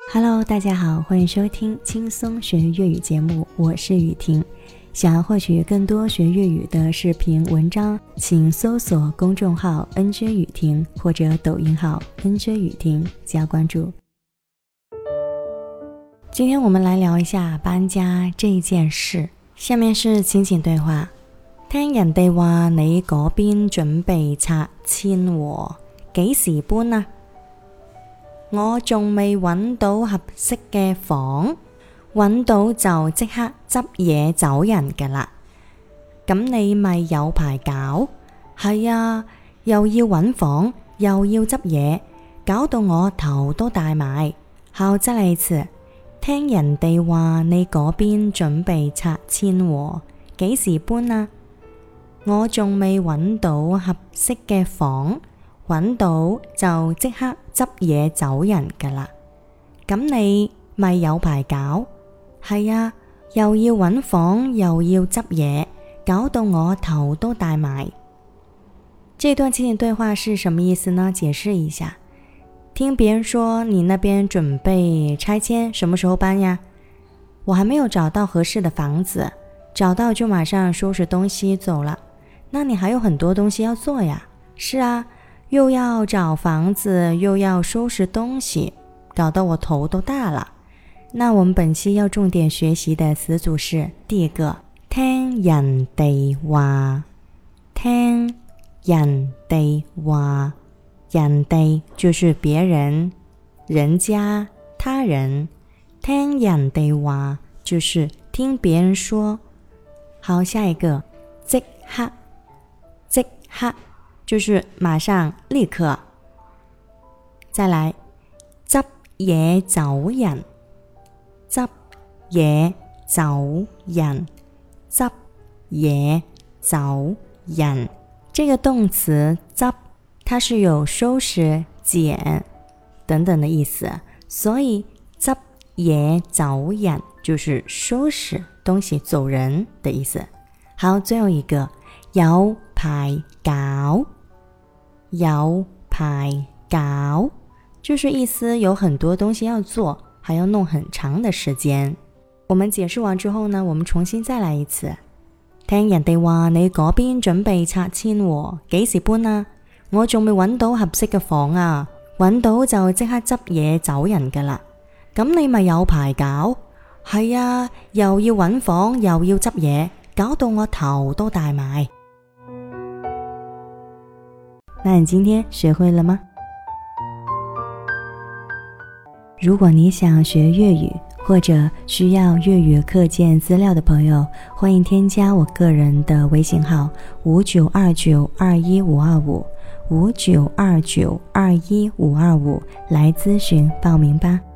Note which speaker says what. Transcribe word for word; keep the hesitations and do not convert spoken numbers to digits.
Speaker 1: Hello， 大家好，欢迎收听轻松学粤语节目，我是雨婷。想要获取更多学粤语的视频文章，请搜索公众号 N J 雨婷或者抖音号 N J 雨婷加关注。今天我们來聊一下搬家這一件事。下面是情景對話。聽人哋話你嗰邊準備拆遷喎，幾時搬啊？我仲未揾到合適嘅房，揾到就即刻執嘢走人㗎喇。咁你咪有排搞？係啊，又要揾房，又要執嘢，搞到我頭都大埋。好，再嚟一次。聽人哋話你嗰邊準備拆遷喎，幾時搬啊？我仲未揾到合適嘅房，揾到就即刻執嘢走人㗎喇。咁你咪有排搞？係啊，又要揾房，又要執嘢，搞到我頭都大埋。這段情景對話是什麼意思呢？解釋一下。聽別人說你那邊準備拆遷，什麼時候搬呀？我還沒有找到合適的房子，找到就馬上收拾東西走了。那你還有很多東西要做呀？是啊，又要找房子，又要收拾東西，搞得我頭都大了。那我們本期要重點學習的詞組是第一個，聽人哋話。聽人哋話，人哋就是別人、人家、他人。聽人哋話就是聽別人說。好，下一個，即刻。即刻就是馬上立刻。再來，執嘢走人。執嘢走人，執嘢走人。這個動詞執，它是有收拾、撿等等的意思，所以執嘢走人就是收拾東西走人的意思。好，最後一個，有排搞。有排搞就是意思有很多東西要做，還要弄很長的時間。我們解釋完之後呢，我們重新再來一次。聽人哋話你嗰邊準備拆遷喎，幾時搬啊？我仲未揾到合適嘅房啊，揾到就即刻執嘢走人㗎喇。咁你咪有排搞？係啊，又要揾房，又要執嘢，搞到我頭都大埋。那你今天學會了嗎？如果你想學粵語或者需要粵語課件資料的朋友，歡迎添加我個人的微信號五九二九二一五二五五九二九二一五二五來諮詢報名吧。